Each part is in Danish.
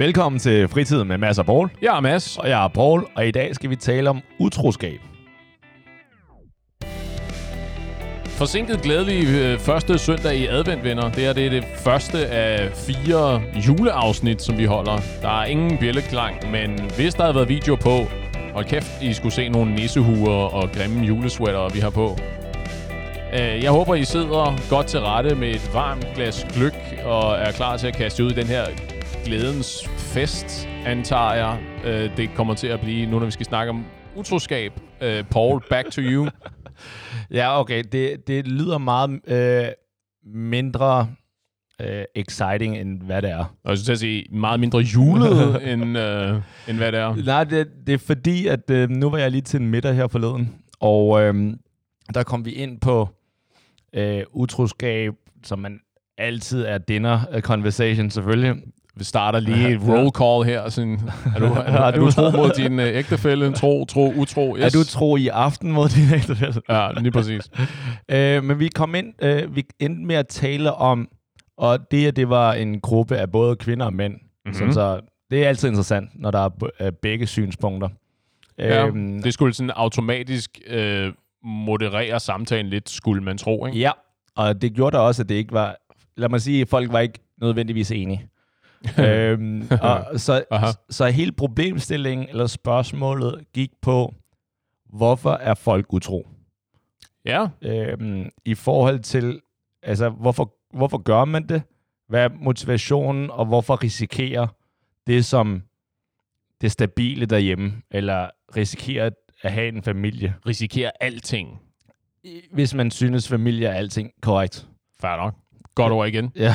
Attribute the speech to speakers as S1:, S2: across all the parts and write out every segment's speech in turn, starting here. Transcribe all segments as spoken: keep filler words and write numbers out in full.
S1: Velkommen til Fritid med Mads og Paul.
S2: Jeg er Mads.
S1: Og jeg er Paul, og i dag skal vi tale om utroskab.
S2: Forsinket glædelig øh, første søndag i advent, venner. Det her det er det første af fire juleafsnit, som vi holder. Der er ingen bjælleklang, men hvis der havde været video på, hold kæft, I skulle se nogle nissehuer og grimme julesweater, vi har på. Øh, jeg håber, I sidder godt til rette med et varmt glas gløgg og er klar til at kaste ud i den her glædens fest, antager jeg. Øh, det kommer til at blive, nu når vi skal snakke om utroskab. Øh, Paul, back to you.
S1: Ja, okay. Det, det lyder meget øh, mindre øh, exciting, end hvad det er.
S2: Og jeg skulle til at sige, meget mindre julet, end, øh, end hvad det er.
S1: Nej, det, det er fordi, at øh, nu var jeg lige til en middag her forleden, og øh, der kom vi ind på øh, utroskab, som man altid er dinner conversation, selvfølgelig.
S2: Vi starter lige et roll call her. Sådan, er, du, er, er du tro mod din øh, ægtefælle? Tro, tro, utro? Yes.
S1: Er du tro i aften mod din ægtefælle?
S2: Ja, lige præcis.
S1: øh, men vi kom ind, øh, vi endte med at tale om, og det, det var en gruppe af både kvinder og mænd. Mm-hmm. Så, så det er altid interessant, når der er b- begge synspunkter.
S2: Ja,
S1: øhm,
S2: det skulle sådan automatisk øh, moderere samtalen lidt, skulle man tro, ikke?
S1: Ja, og det gjorde da også, at det ikke var, lad mig sige, at folk var ikke nødvendigvis enige. øhm, og så, så hele problemstillingen eller spørgsmålet gik på, hvorfor er folk utro?
S2: Ja.
S1: Øhm, I forhold til, altså, hvorfor, hvorfor gør man det? Hvad er motivationen, og hvorfor risikerer det som det stabile derhjemme, eller risikerer at have en familie?
S2: Risikerer alting.
S1: Hvis man synes, familie er alting. Korrekt.
S2: Fair nok. Godt ord igen.
S1: Ja.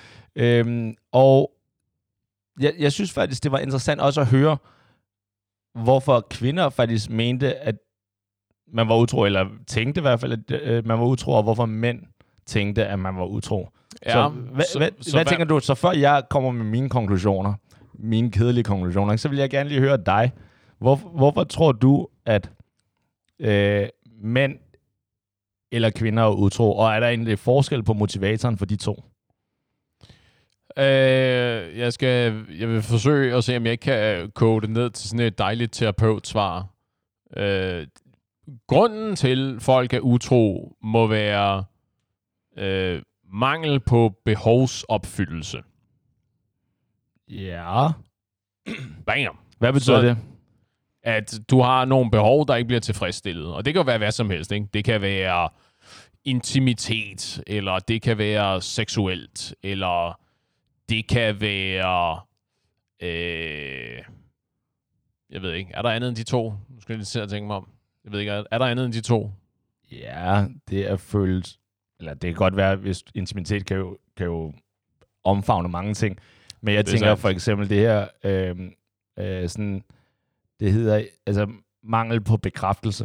S1: Øhm, og jeg, jeg synes faktisk, det var interessant også at høre, hvorfor kvinder faktisk mente, at man var utro, eller tænkte i hvert fald, at øh, man var utro, og hvorfor mænd tænkte, at man var utro. Ja, så, hva, så, hva, så hvad, hvad tænker du? Så før jeg kommer med mine konklusioner, mine kedelige konklusioner, så vil jeg gerne lige høre dig. Hvor, hvorfor tror du, at øh, mænd eller kvinder er utro, og er der egentlig forskel på motivatoren for de to?
S2: Øh, jeg skal, jeg vil forsøge at se, om jeg ikke kan koge det ned til sådan et dejligt terapeutsvar. Øh, grunden til, at folk er utro, må være øh, mangel på behovsopfyldelse.
S1: Ja.
S2: Bam.
S1: Hvad betyder
S2: Så,
S1: det?
S2: At du har nogle behov, der ikke bliver tilfredsstillet. Og det kan jo være hvad som helst, ikke? Det kan være intimitet, eller det kan være seksuelt, eller det kan være... Øh, jeg ved ikke. Er der andet end de to? Nu skal jeg lige se at tænke mig om. Jeg ved ikke, er der andet end de to?
S1: Ja, det er følt... Eller det kan godt være, hvis intimitet kan jo, kan jo omfavne mange ting. Men jeg tænker for eksempel det her... Øh, øh, sådan... Det hedder altså mangel på bekræftelse.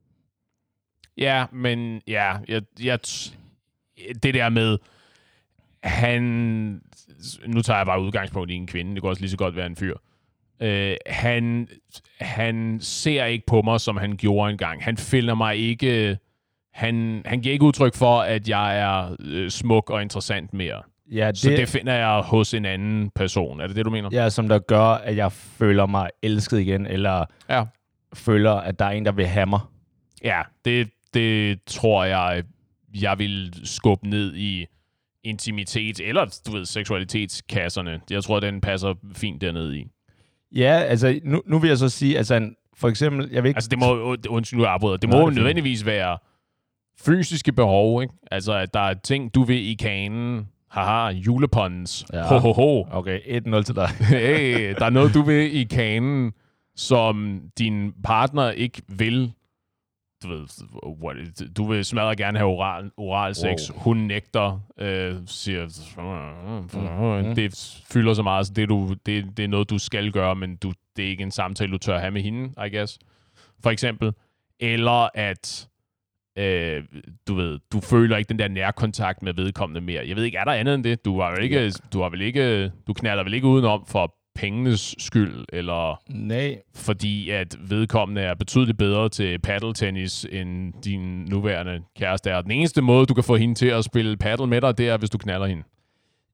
S2: Ja, men ja, jeg, jeg, det der med, han, nu tager jeg bare udgangspunkt i en kvinde, det kan også lige så godt være en fyr. Uh, han, han ser ikke på mig, som han gjorde engang. Han finder mig ikke, han, han giver ikke udtryk for, at jeg er uh, smuk og interessant mere. Ja, det, så det finder jeg hos en anden person. Er det det, du mener?
S1: Ja, som der gør, at jeg føler mig elsket igen, eller
S2: ja.
S1: føler, at der er en, der vil have mig.
S2: Ja, det, det tror jeg, jeg vil skubbe ned i intimitet, eller du ved, seksualitetskasserne. Jeg tror, den passer fint dernede i.
S1: Ja, altså, nu, nu vil jeg så sige, altså, for eksempel, jeg vil ikke...
S2: Altså, det må, undskyld, nu er jeg afbryder. Det må jo nødvendigvis være fysiske behov, ikke? Altså, at der er ting, du vil i kanen. Haha, julepons. Ja. Ho, ho, ho.
S1: Okay, et nul til dig.
S2: Hey, der er noget, du vil i kanen, som din partner ikke vil. Du ved, what, du vil smadre gerne have oral, oral sex. Wow. Hun nægter, øh, siger, mm-hmm. det fylder så meget, så det, du, det, det er noget, du skal gøre, men du, det er ikke en samtale, du tør have med hende, I guess. For eksempel. Eller at Øh, du ved, du føler ikke den der nærkontakt med vedkommende mere. Jeg ved ikke, er der andet end det? Du har vel ikke, du har vel ikke, du knalder vel ikke udenom for pengenes skyld, eller
S1: nej,
S2: fordi at vedkommende er betydeligt bedre til paddeltennis end din nuværende kæreste er. Den eneste måde, du kan få hende til at spille paddle med dig, det er, hvis du knaller hende.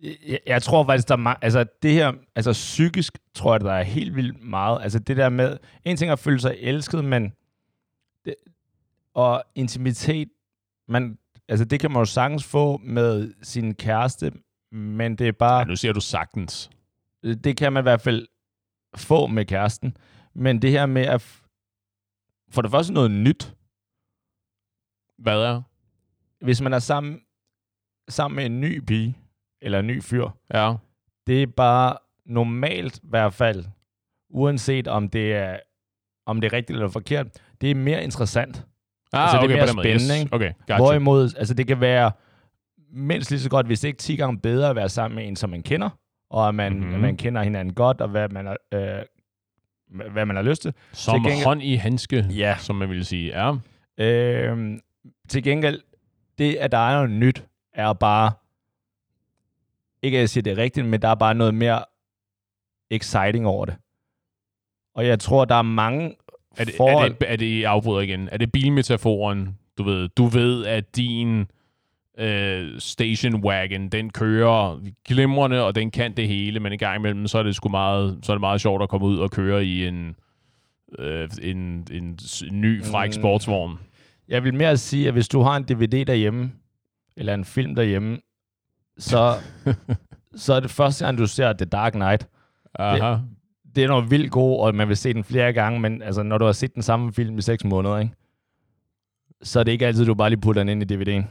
S1: Jeg, jeg tror faktisk, der er ma- altså det her, altså psykisk, tror jeg, der er helt vildt meget. Altså det der med, en ting er at føle sig elsket, men det, og intimitet, man, altså det kan man jo sagtens få med sin kæreste, men det er bare...
S2: Ja, nu siger du sagtens.
S1: Det kan man i hvert fald få med kæresten. Men det her med at... For det første noget nyt.
S2: Hvad er?
S1: Hvis man er sammen, sammen med en ny pige, eller en ny fyr,
S2: Ja.
S1: det er bare normalt i hvert fald, uanset om det er, om det er rigtigt eller forkert, det er mere interessant.
S2: Ah,
S1: altså,
S2: okay,
S1: det er mere
S2: på den måde.
S1: spændende,
S2: Yes.
S1: ikke?
S2: Okay, gotcha.
S1: Hvorimod, altså det kan være mindst lige så godt, hvis det ikke ti gange bedre at være sammen med en, som man kender, og at man,
S2: mm-hmm.
S1: at man kender hinanden godt, og hvad man, er, øh, hvad man har lyst til.
S2: Som til gengæld, hånd i handske,
S1: ja.
S2: som man ville sige. Ja.
S1: Øh, til gengæld, det, at der er noget nyt, er bare, ikke at jeg siger det er rigtigt, men der er bare noget mere exciting over det. Og jeg tror, der er mange
S2: er det,
S1: forhold...
S2: Er det, er det, afbryder igen, er det bilmetaforen, du ved? Du ved, at din øh, station wagon, den kører glimrende, og den kan det hele, men en gang imellem, så er det sgu meget, så er det meget sjovt at komme ud og køre i en, øh, en, en ny fræk mm. sportsvogn.
S1: Jeg vil mere sige, at hvis du har en D V D derhjemme, eller en film derhjemme, så, så er det første gang, du ser The Dark Knight.
S2: Aha.
S1: Det, det er noget vildt god, og man vil se den flere gange, men altså, når du har set den samme film i seks måneder, ikke? Så er det ikke altid, du bare lige putter den ind i D V D'en.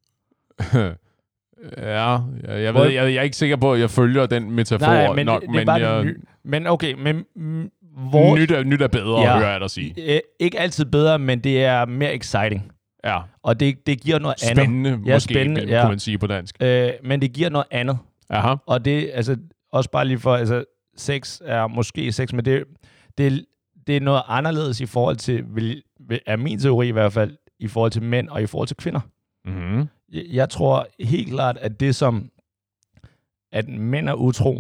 S2: ja, jeg, jeg, ved, jeg, jeg er ikke sikker på, at jeg følger den metafor.
S1: Nej, men,
S2: nok,
S1: det, det
S2: men,
S1: er bare
S2: jeg,
S1: ny, men okay, men hvor...
S2: Nyt er, nyt er bedre, ja, hører jeg dig sige.
S1: Øh, ikke altid bedre, men det er mere exciting.
S2: Ja.
S1: Og det, det giver noget
S2: spændende,
S1: andet.
S2: Ja, måske,
S1: spændende,
S2: kunne
S1: ja.
S2: man sige på dansk.
S1: Øh, men det giver noget andet.
S2: Aha.
S1: Og det, altså, også bare lige for, altså, sex er måske sex, men det, det, det er noget anderledes i forhold til, vil, er min teori i hvert fald, i forhold til mænd og i forhold til kvinder.
S2: Mm-hmm.
S1: Jeg, jeg tror helt klart, at det som, at mænd er utro,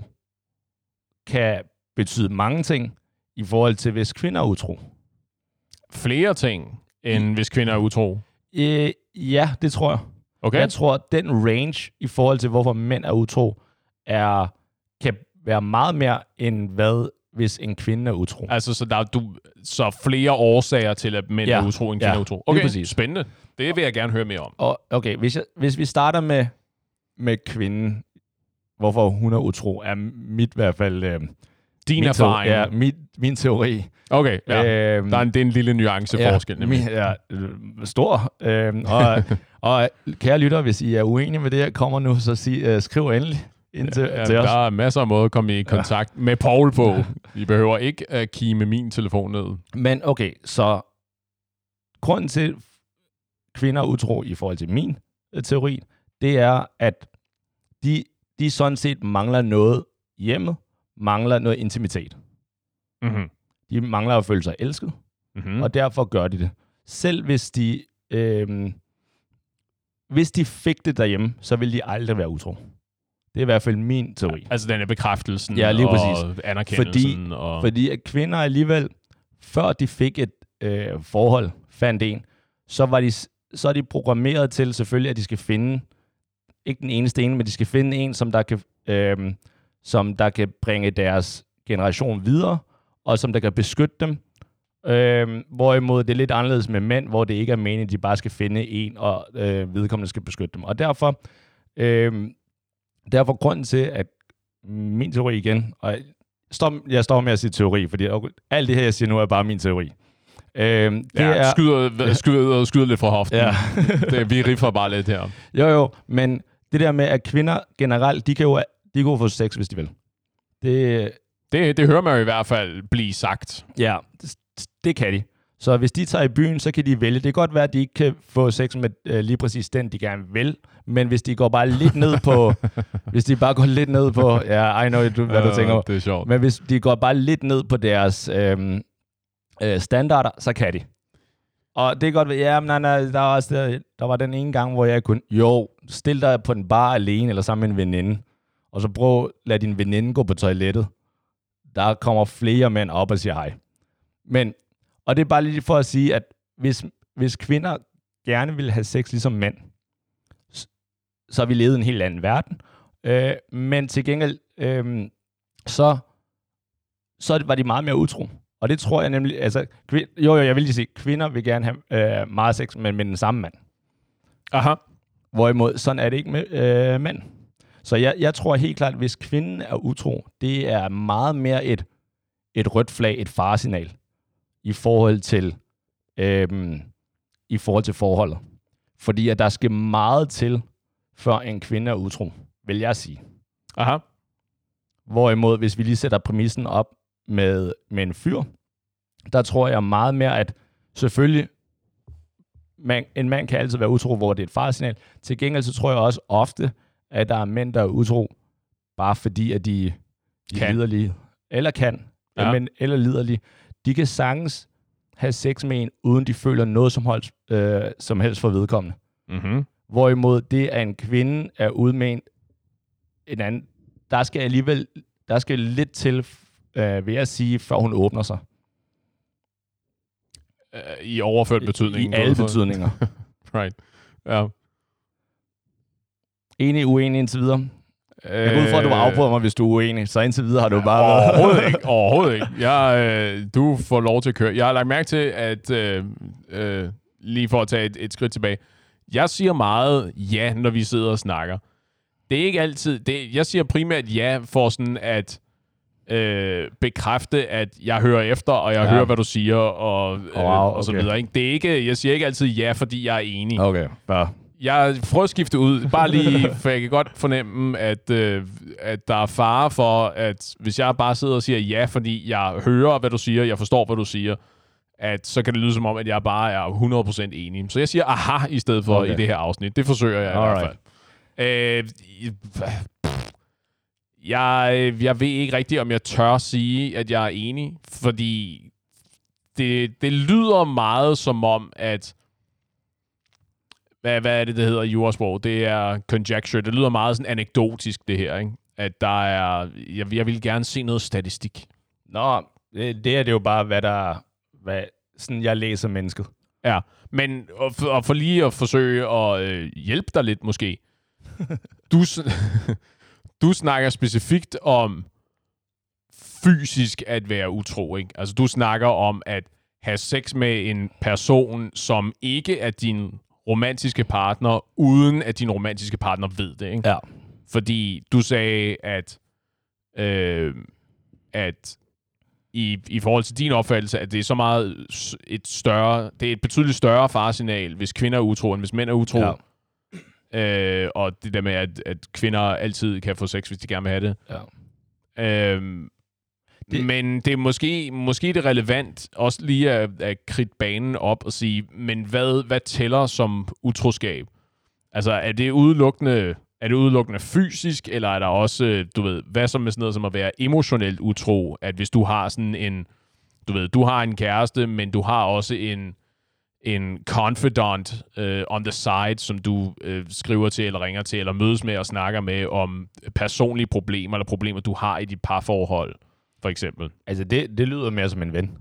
S1: kan betyde mange ting, i forhold til, hvis kvinder er utro.
S2: Flere ting, end hvis kvinder er utro?
S1: Øh, ja, det tror jeg.
S2: Okay.
S1: Jeg tror, at den range, i forhold til, hvorfor mænd er utro, er, kan være meget mere, end hvad, hvis en kvinde er utro.
S2: Altså, så der er du, så flere årsager til, at mænd ja. er utro, end kvinder
S1: ja.
S2: er utro. Okay,
S1: præcis.
S2: Spændende. Det vil jeg gerne høre mere om.
S1: Og, okay, hvis, jeg, hvis vi starter med, med kvinden, hvorfor hun er utro, er mit i hvert fald... Øh,
S2: Din
S1: min
S2: erfaring.
S1: Teori, ja, min, min teori.
S2: Okay, ja. Øhm, der er en, det er en lille nuanceforskel.
S1: Ja, min, ja, stor. Øhm, og, og kære lytter, hvis I er uenige med det, jeg kommer nu, så sig, uh, skriv endelig ind til,
S2: ja,
S1: til os.
S2: Der er masser af måder at komme i kontakt ja. med Paul på. Ja. I behøver ikke at kime min telefon ned.
S1: Men okay, så grunden til kvinder er utro i forhold til min uh, teori, det er, at de, de sådan set mangler noget hjemme, mangler noget intimitet.
S2: Mm-hmm.
S1: De mangler at føle sig elsket, mm-hmm. og derfor gør de det. Selv hvis de, øh, hvis de fik det derhjemme, så vil de aldrig være utro. Det er i hvert fald min teori.
S2: Ja, altså den er bekræftelsen
S1: ja, lige
S2: og
S1: præcis.
S2: anerkendelsen.
S1: Fordi,
S2: og...
S1: fordi at kvinder alligevel, før de fik et øh, forhold, fandt en, så, var de, så er de programmeret til selvfølgelig, at de skal finde, ikke den eneste ene, men de skal finde en, som der kan... Øh, som der kan bringe deres generation videre, og som der kan beskytte dem. Øhm, hvorimod det er lidt anderledes med mænd, hvor det ikke er meningen, at de bare skal finde en, og øh, vedkommende skal beskytte dem. Og derfor, øh, derfor grunden til, at min teori igen, og stop, jeg står med at sige teori, fordi alt det her, jeg siger nu, er bare min teori. Øh, det
S2: ja,
S1: er,
S2: skyder, skyder, skyder lidt fra hoften.
S1: Ja.
S2: det, vi riffer bare lidt her.
S1: Jo, jo, men det der med, at kvinder generelt, de kan jo De kan få sex, hvis de vil. Det,
S2: det, det hører man jo i hvert fald blive sagt.
S1: Ja, det, det kan de. Så hvis de tager i byen, så kan de vælge. Det kan godt være, at de ikke kan få sex med øh, lige præcis den, de gerne vil. Men hvis de går bare lidt ned på... hvis de bare går lidt ned på... Ja, I know, du, hvad uh, du tænker.
S2: Det er sjovt.
S1: Men hvis de går bare lidt ned på deres øh, øh, standarder, så kan de. Og det kan godt være... Ja, men nej, nej, der var, også der, der var den ene gang, hvor jeg kunne... Jo, stil dig på en bar alene, eller sammen med en veninde. Og så prøv at lade din veninde gå på toilettet. Der kommer flere mænd op og siger hej. Men, og det er bare lige for at sige, at hvis, hvis kvinder gerne vil have sex ligesom mænd, så har vi levet i en helt anden verden. Øh, men til gengæld, øh, så, så var de meget mere utro. Og det tror jeg nemlig, altså, kvind, jo, jo, jeg vil lige sige, kvinder vil gerne have øh, meget sex, men med den samme mand.
S2: Aha.
S1: Hvorimod, sådan er det ikke med øh, mænd. Så jeg, jeg tror helt klart, at hvis kvinden er utro, det er meget mere et, et rødt flag, et faresignal, i forhold til, øh, i forhold til forholdet. Fordi at der skal meget til, før en kvinde er utro, vil jeg sige.
S2: Aha.
S1: Hvorimod, hvis vi lige sætter præmissen op med, med en fyr, der tror jeg meget mere, at selvfølgelig, man, en mand kan altid være utro, hvor det er et faresignal. Til gengæld så tror jeg også ofte, at der er mænd, der er utro, bare fordi, at de, de er liderlige. Eller kan. Ja. Men, eller liderlige. De kan sagtens have sex med en, uden de føler noget som helst, øh, som helst for vedkommende.
S2: Mm-hmm.
S1: Hvorimod det, at en kvinde er ude med en, en anden, der skal alligevel der skal lidt til, øh, vil jeg sige, før hun åbner sig.
S2: I overført betydning.
S1: I, i alle betydninger.
S2: Right. Ja.
S1: Enig, uenig indtil videre. Jeg går ud fra, at du var afbrudt mig, hvis du er uenig. Så indtil videre har du bare
S2: været... Overhovedet ikke. Overhovedet ikke. Jeg, øh, du får lov til at køre. Jeg har lagt mærke til, at øh, øh, lige for at tage et, et skridt tilbage. Jeg siger meget ja, når vi sidder og snakker. Det er ikke altid... Det, jeg siger primært ja for sådan at øh, bekræfte, at jeg hører efter, og jeg ja. hører, hvad du siger, og, øh, wow, okay. og så videre. Ikke? Det er ikke, jeg siger ikke altid ja, fordi jeg er enig.
S1: Okay, bare...
S2: Jeg prøver at skifte ud, bare lige, for jeg kan godt fornemme, at, øh, at der er fare for, at hvis jeg bare sidder og siger ja, fordi jeg hører, hvad du siger, jeg forstår, hvad du siger, at så kan det lyde som om, at jeg bare er hundrede procent enig. Så jeg siger aha i stedet for okay. i det her afsnit. Det forsøger jeg Alright. i hvert fald. Øh, jeg, jeg ved ikke rigtigt, om jeg tør sige, at jeg er enig, fordi det, det lyder meget som om, at Hvad, hvad er det, det hedder i jurasprog? Det er conjecture. Det lyder meget sådan anekdotisk, det her, ikke? At der er... Jeg, jeg vil gerne se noget statistik.
S1: Nå, det, det er det jo bare, hvad der... Hvad, sådan jeg læser mennesket.
S2: Ja, men og for, og for lige at forsøge at øh, hjælpe dig lidt, måske. du, du snakker specifikt om fysisk at være utro, ikke? Altså, du snakker om at have sex med en person, som ikke er din romantiske partner, uden at din romantiske partner ved det, ikke?
S1: Ja.
S2: Fordi du sagde, at, øh, at i, i forhold til din opfattelse, at det er så meget et større, det er et betydeligt større faresignal, hvis kvinder er utro, end hvis mænd er utro. Ja. Øh, og det der med, at, at kvinder altid kan få sex, hvis de gerne vil have det. Ja. Øh, Det. Men det er måske, måske det relevant også lige at, at kridte banen op og sige, men hvad, hvad tæller som utroskab? Altså, er det udelukkende, er det udelukkende fysisk, eller er der også, du ved, hvad som med sådan noget som at være emotionelt utro? At hvis du har sådan en, du ved, du har en kæreste, men du har også en, en confidant uh, on the side, som du uh, skriver til, eller ringer til, eller mødes med og snakker med om personlige problemer, eller problemer, du har i dit parforhold. For eksempel.
S1: Altså, det, det lyder mere som en ven.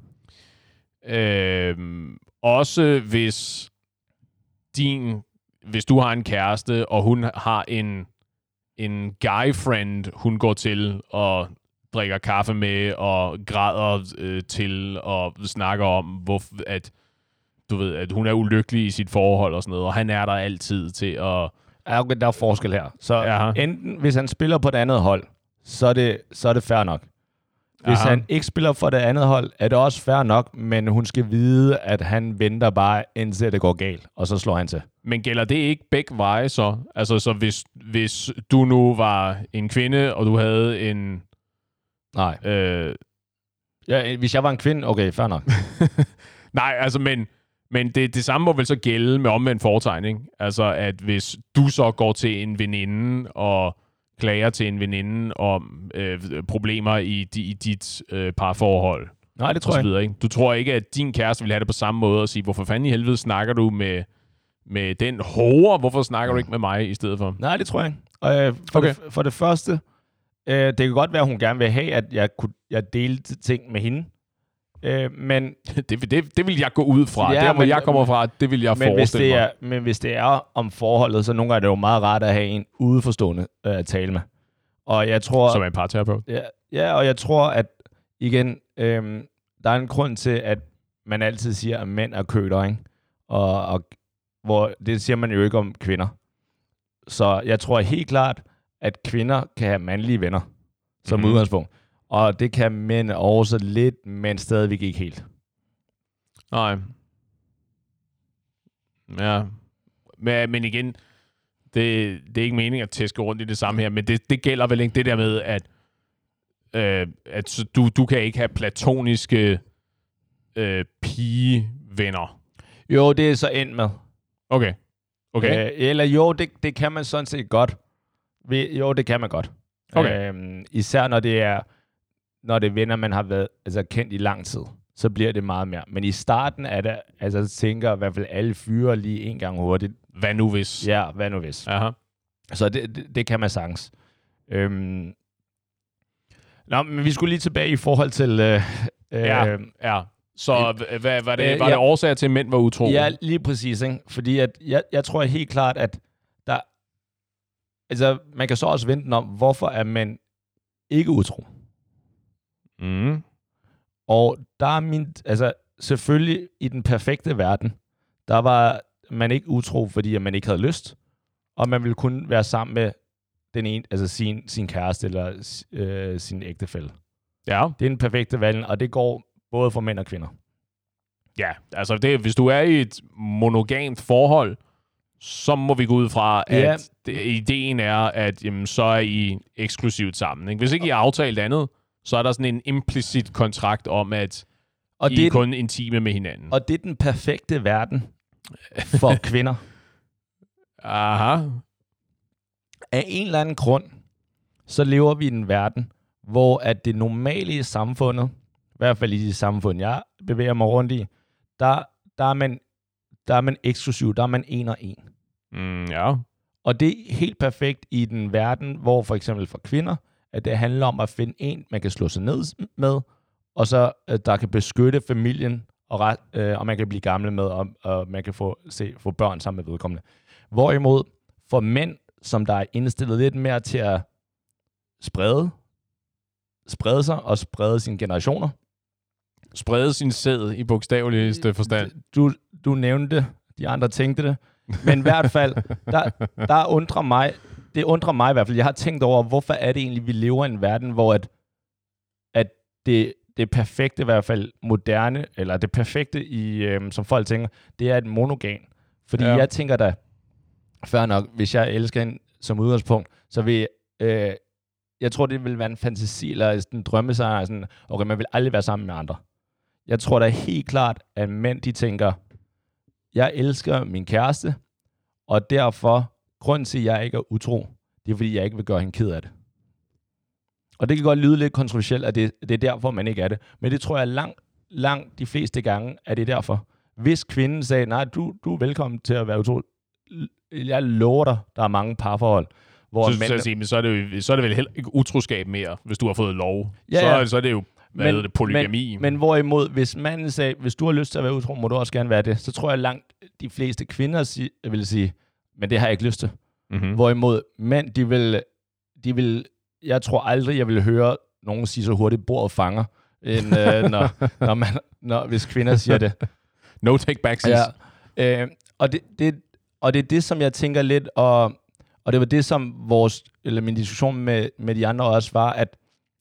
S2: Øhm, også hvis din, hvis du har en kæreste, og hun har en, en guy friend, hun går til og drikker kaffe med, og græder øh, til, og snakker om, hvor, at, du ved, at hun er ulykkelig i sit forhold og sådan noget, og han er der altid til at...
S1: Ja, okay, der er forskel her. Så
S2: ja.
S1: Enten, hvis han spiller på et andet hold, så er det, så er det fair nok. Hvis Aha. han ikke spiller for det andet hold, er det også fair nok, men hun skal vide, at han venter bare, indtil det går galt, og så slår han til.
S2: Men gælder det ikke begge veje så? Altså, så hvis, hvis du nu var en kvinde, og du havde en...
S1: Nej. Øh... Ja, hvis jeg var en kvinde, okay, fair nok.
S2: Nej, altså, men, men det, det samme må vel så gælde med omvendt foretegn, ikke? Altså, at hvis du så går til en veninde, og klager til en veninde om øh, problemer i, di, i dit øh, parforhold.
S1: Nej, det tror jeg
S2: videre, ikke. Du tror ikke, at din kæreste vil have det på samme måde og sige, hvorfor fanden i helvede snakker du med, med den hårde? Hvorfor snakker du ikke med mig i stedet for?
S1: Nej, det tror jeg ikke. Og, øh, for, okay. det, for det første, øh, det kan godt være, at hun gerne vil have, at jeg, kunne, jeg delte ting med hende. Øh, men
S2: det, det, det vil jeg gå ud fra. Ja, der, hvor men, jeg kommer fra, det vil jeg men forestille
S1: hvis det
S2: mig.
S1: Er, men hvis det er om forholdet, så nogle gange er det jo meget rart at have en udeforstående øh, at tale med. Og jeg tror...
S2: Som er en parterapeut.
S1: Ja, ja, og jeg tror, at igen, øhm, der er en grund til, at man altid siger, at mænd er køder, ikke? Og, og hvor det siger man jo ikke om kvinder. Så jeg tror helt klart, at kvinder kan have mandlige venner, som mm-hmm. udgangspunkt. Og det kan mænd også lidt, men stadigvæk ikke helt.
S2: Nej. Ja. Men, men igen, det, det er ikke meningen at tæske rundt i det samme her, men det, det gælder vel ikke det der med, at, øh, at du, du kan ikke have platoniske øh, pigevenner.
S1: Jo, det er så endt med.
S2: Okay. Okay.
S1: Øh, eller jo, det, det kan man sådan set godt. Jo, det kan man godt.
S2: Okay.
S1: Øhm, især når det er når det er venner, man har været altså, kendt i lang tid, så bliver det meget mere. Men i starten er det, altså tænker i hvert fald alle fyre lige en gang hurtigt.
S2: Hvad nu hvis?
S1: Ja, hvad nu hvis.
S2: Aha.
S1: Så det, det, det kan man sagtens. Øhm. Nå, men vi skulle lige tilbage i forhold til... Øh,
S2: ja,
S1: øh,
S2: ja. Så
S1: øh,
S2: hvad, var det,
S1: øh,
S2: var
S1: ja.
S2: det årsager til, at mænd var utro?
S1: Ja, lige præcis. Ikke? Fordi at, jeg, jeg tror helt klart, at der... Altså, man kan så også vente den om, hvorfor er mænd ikke utro?
S2: Mm.
S1: Og der er min... Altså, selvfølgelig i den perfekte verden, der var man ikke utro, fordi at man ikke havde lyst, og man ville kun være sammen med den ene, altså sin, sin kæreste eller øh, sin ægtefælle.
S2: Ja.
S1: Det er den perfekte verden, og det går både for mænd og kvinder.
S2: Ja, altså det, hvis du er i et monogamt forhold, så må vi gå ud fra, at
S1: ja.
S2: det, ideen er, at jamen, så er I eksklusivt sammen. Ikke? Hvis ikke I har aftalt andet, så er der sådan en implicit kontrakt om, at og I det er kun den, intime med hinanden.
S1: Og det er den perfekte verden for kvinder.
S2: Aha.
S1: Af en eller anden grund, så lever vi i en verden, hvor at det normale i samfundet, i hvert fald i de samfund, jeg bevæger mig rundt i, der, der, er, man, der er man eksklusiv, der er man en og en.
S2: Mm, ja.
S1: Og det er helt perfekt i den verden, hvor for eksempel for kvinder, at det handler om at finde en, man kan slå sig ned med, og så der kan beskytte familien, og, ret, øh, og man kan blive gamle med, og, og man kan få, se, få børn sammen med vedkommende. Hvorimod for mænd, som der er indstillet lidt mere til at sprede, sprede sig og sprede sine generationer.
S2: Sprede sin sæd i bogstaveligste forstand.
S1: Du, du nævnte det, de andre tænkte det. Men i hvert fald, der, der undrer mig, det undrer mig i hvert fald, jeg har tænkt over, hvorfor er det egentlig, vi lever i en verden, hvor at, at det, det perfekte, i hvert fald moderne, eller det perfekte, i, øhm, som folk tænker, det er et monogam. Fordi ja. jeg tænker da, før nok, hvis jeg elsker en som udgangspunkt, så vil øh, jeg tror, det vil være en fantasi, eller en drømme, sådan, okay, man vil aldrig være sammen med andre. Jeg tror da helt klart, at mænd, de tænker, jeg elsker min kæreste, og derfor, grunden til, at jeg ikke er utro, det er, fordi jeg ikke vil gøre hende ked af det. Og det kan godt lyde lidt kontroversielt, at det, det er derfor, man ikke er det. Men det tror jeg langt, langt de fleste gange, at det er derfor. Hvis kvinden sagde, nej, du, du er velkommen til at være utro, jeg lover dig, der er mange parforhold, hvor
S2: så,
S1: mænd...
S2: Så, sige, men så, er det jo, så er det vel heller ikke utroskab mere, hvis du har fået lov.
S1: Ja,
S2: så,
S1: ja.
S2: så er det jo hvad men, det, polygami.
S1: Men, men hvorimod, hvis manden sagde, hvis du har lyst til at være utro, må du også gerne være det, så tror jeg langt de fleste kvinder sig, vil sige, men det har jeg ikke lyst til.
S2: Mm-hmm.
S1: Hvorimod mænd, de vil, de vil, jeg tror aldrig, jeg vil høre nogen sige så hurtigt, bordet fanger, end, øh, når, når man, når, hvis kvinder siger det.
S2: No take backsies.
S1: Ja, øh, og, det, det, og det er det, som jeg tænker lidt, og, og det var det, som vores, eller min diskussion med, med de andre også var, at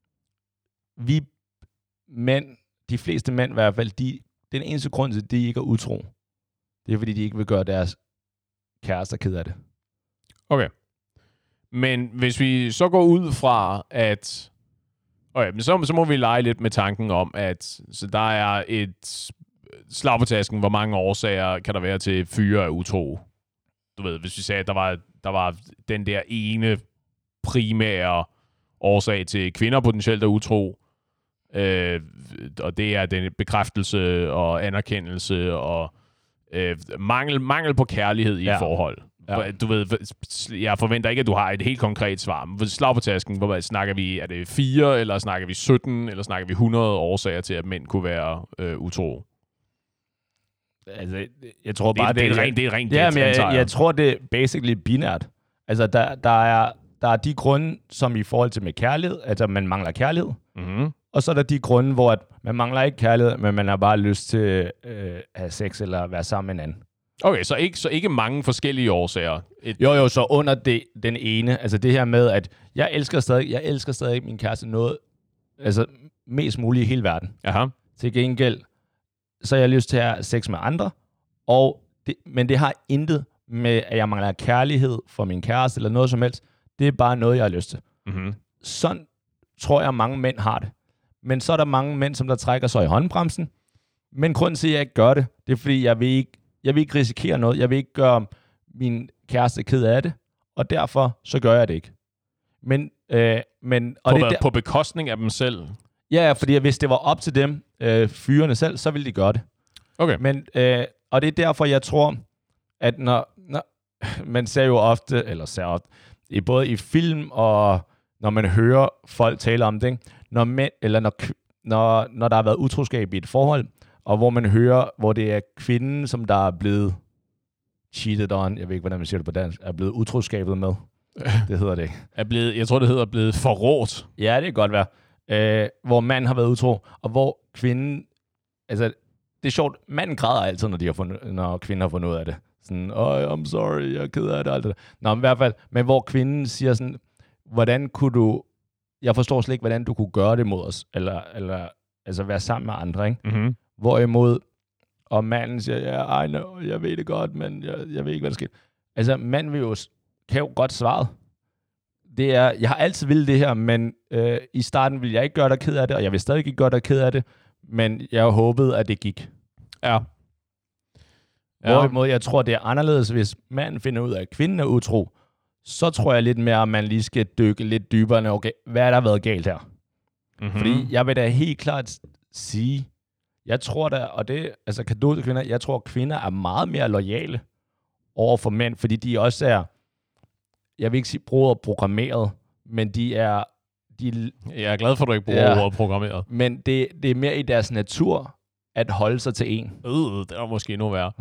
S1: vi mænd, de fleste mænd i hvert fald, de, den eneste grund til, at de ikke er utro, det er, fordi de ikke vil gøre deres kærester ked af det.
S2: Okay. Men hvis vi så går ud fra, at... Okay, men så, så må vi lege lidt med tanken om, at så der er et slag på tasken, hvor mange årsager kan der være til fyre af utro. Du ved, hvis vi sagde, at der var, der var den der ene primære årsag til kvinder potentielt er utro, øh, og det er den bekræftelse og anerkendelse og øh, mangel, mangel på kærlighed i ja. et forhold. Ja. Du ved, jeg forventer ikke, at du har et helt konkret svar. Slag på tasken, hvor snakker vi, er det fire, eller snakker vi sytten, eller snakker vi hundrede årsager til, at mænd kunne være øh, utro?
S1: Altså, jeg tror bare,
S2: det, det, det er rent, det er rent
S1: ja,
S2: gæt,
S1: men jeg, jeg, jeg tror, det er basically binært. Altså, der, der, er, der er de grunde, som i forhold til med kærlighed, altså man mangler kærlighed.
S2: Mm-hmm.
S1: Og så er der de grunde, hvor at man mangler ikke kærlighed, men man har bare lyst til øh, at have sex eller være sammen med en anden.
S2: Okay, så ikke, så ikke mange forskellige årsager. Et...
S1: Jo, jo, så under det, den ene, altså det her med, at jeg elsker stadig, jeg elsker stadig min kæreste noget, altså mest muligt i hele verden.
S2: Aha.
S1: Til gengæld, så har jeg lyst til at have sex med andre, og det, men det har intet med, at jeg mangler kærlighed for min kæreste eller noget som helst. Det er bare noget, jeg har lyst til.
S2: Mm-hmm.
S1: Sådan tror jeg, mange mænd har det. Men så er der mange mænd, som der trækker sig i håndbremsen. Men grunden til, at jeg ikke gør det, det er, fordi jeg vil ikke, jeg vil ikke risikere noget. Jeg vil ikke gøre min kæreste ked af det. Og derfor, så gør jeg det ikke. Men, øh, men, og
S2: på,
S1: det
S2: der,
S1: der,
S2: på bekostning af dem selv?
S1: Ja, fordi hvis det var op til dem, øh, fyrene selv, så ville de gøre det.
S2: Okay.
S1: Men, øh, og det er derfor, jeg tror, at når, når man ser jo ofte, eller ser ofte, i både i film og når man hører folk tale om det, ikke? Når, mænd, eller når, når, når der har været utroskab i et forhold, og hvor man hører, hvor det er kvinden, som der er blevet cheated on, jeg ved ikke, hvordan man siger det på dansk, er blevet utroskabet med. Det hedder det ikke.
S2: Er blevet, jeg tror, det hedder blevet forrådt.
S1: Ja, det kan godt være. Øh, hvor manden har været utro, og hvor kvinden, altså, det er sjovt, manden græder altid, når, de har fundet, når kvinden har fundet ud af det. Sådan, oh, I'm sorry, jeg er ked af det, alt det der. Nå, men i hvert fald, men hvor kvinden siger sådan, hvordan kunne du, jeg forstår slet ikke, hvordan du kunne gøre det mod os, eller, eller altså være sammen med andre, ikke?
S2: Mm-hmm.
S1: Hvorimod, og manden siger, ja, yeah, I know, jeg ved det godt, men jeg, jeg ved ikke, hvad der sker. Altså, manden vil jo, kan jo godt svaret. Det er, jeg har altid ville det her, men øh, i starten ville jeg ikke gøre dig ked af det, og jeg vil stadig ikke gøre dig ked af det, men jeg håbede, at det gik.
S2: Ja.
S1: Ja. Hvorimod, jeg tror, det er anderledes, hvis manden finder ud af, at kvinden er utro, så tror jeg lidt mere, at man lige skal dykke lidt dybere. Okay, hvad er der været galt her?
S2: Mm-hmm.
S1: Fordi jeg vil da helt klart sige, jeg tror da, og det altså kado til kvinder, jeg tror, at kvinder er meget mere loyale over for mænd, fordi de også er, jeg vil ikke sige bruger programmeret, men de er... De,
S2: jeg er glad for, at du ikke bruger
S1: ja,
S2: ordet programmeret.
S1: Men det, det er mere i deres natur at holde sig til en.
S2: Øh, det er måske endnu værre.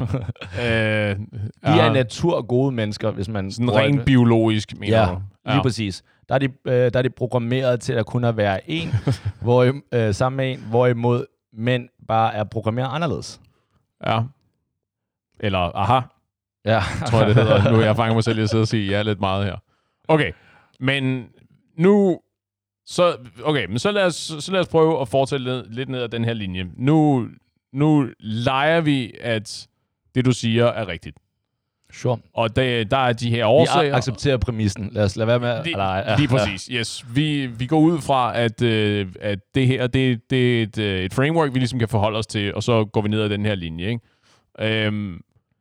S1: øh, de er naturgode mennesker, hvis man...
S2: Sådan rent det. Biologisk, mener
S1: ja,
S2: du? Ja,
S1: lige præcis. Der er, de, øh, der er de programmeret til at kunne være en, hvor, øh, sammen med en, hvorimod mænd bare er programmeret anderledes.
S2: Ja. Eller, aha.
S1: Ja.
S2: Tror jeg, det hedder. Nu er jeg fanget mig selv i at sidde og sige ja lidt meget her. Okay, men nu... Så, okay, men så lad os, så lad os prøve at fortsætte lidt ned ad den her linje. Nu, nu leger vi, at det, du siger, er rigtigt.
S1: Sure.
S2: Og det, der er de her årsager...
S1: Vi accepterer præmissen. Lad os lade være med at...
S2: Lige, ja, lige præcis, yes. Vi, vi går ud fra, at, øh, at det her det, det er et, et framework, vi ligesom kan forholde os til, og så går vi ned ad den her linje, ikke? Øhm,